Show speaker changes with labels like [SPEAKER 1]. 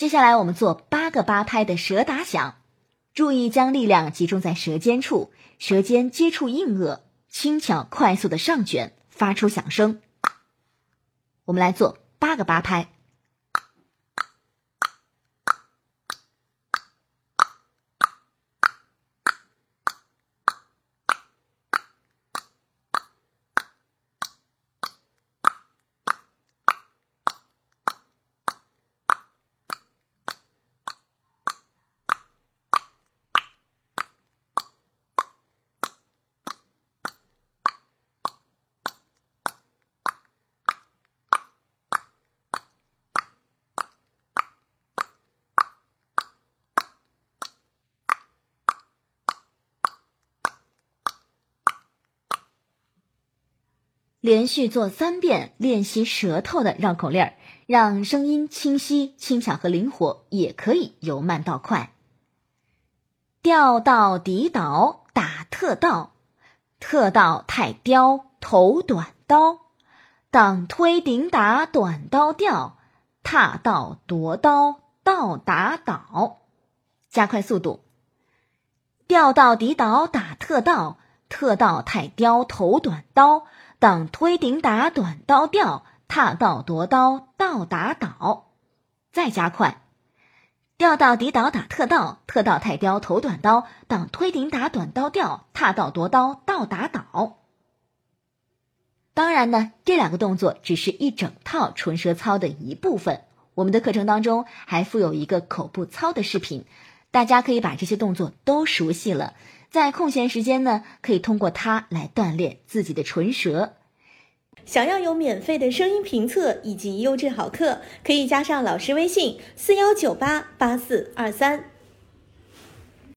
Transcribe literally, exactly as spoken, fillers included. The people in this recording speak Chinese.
[SPEAKER 1] 接下来我们做八个八拍的舌打响，注意将力量集中在舌尖处，舌尖接触硬腭，轻巧快速的上卷，发出响声。我们来做八个八拍。连续做三遍，练习舌头的绕口令儿，让声音清晰、轻巧和灵活，也可以由慢到快。调到底倒打特倒，特倒太刁头短刀，挡推顶打短刀掉，踏倒夺刀倒打倒。加快速度。调到底倒打特倒，特倒太刁头短刀，挡推顶打短刀掉，踏倒夺刀倒打倒。再加快。调到底倒打特倒，特倒太刁头短刀，挡推顶打短刀掉，踏倒夺刀倒打倒。当然呢，这两个动作只是一整套唇舌操的一部分，我们的课程当中还附有一个口部操的视频，大家可以把这些动作都熟悉了，在空闲时间呢，可以通过它来锻炼自己的唇舌。
[SPEAKER 2] 想要有免费的声音评测以及优质好课，可以加上老师微信四幺九八八四二三。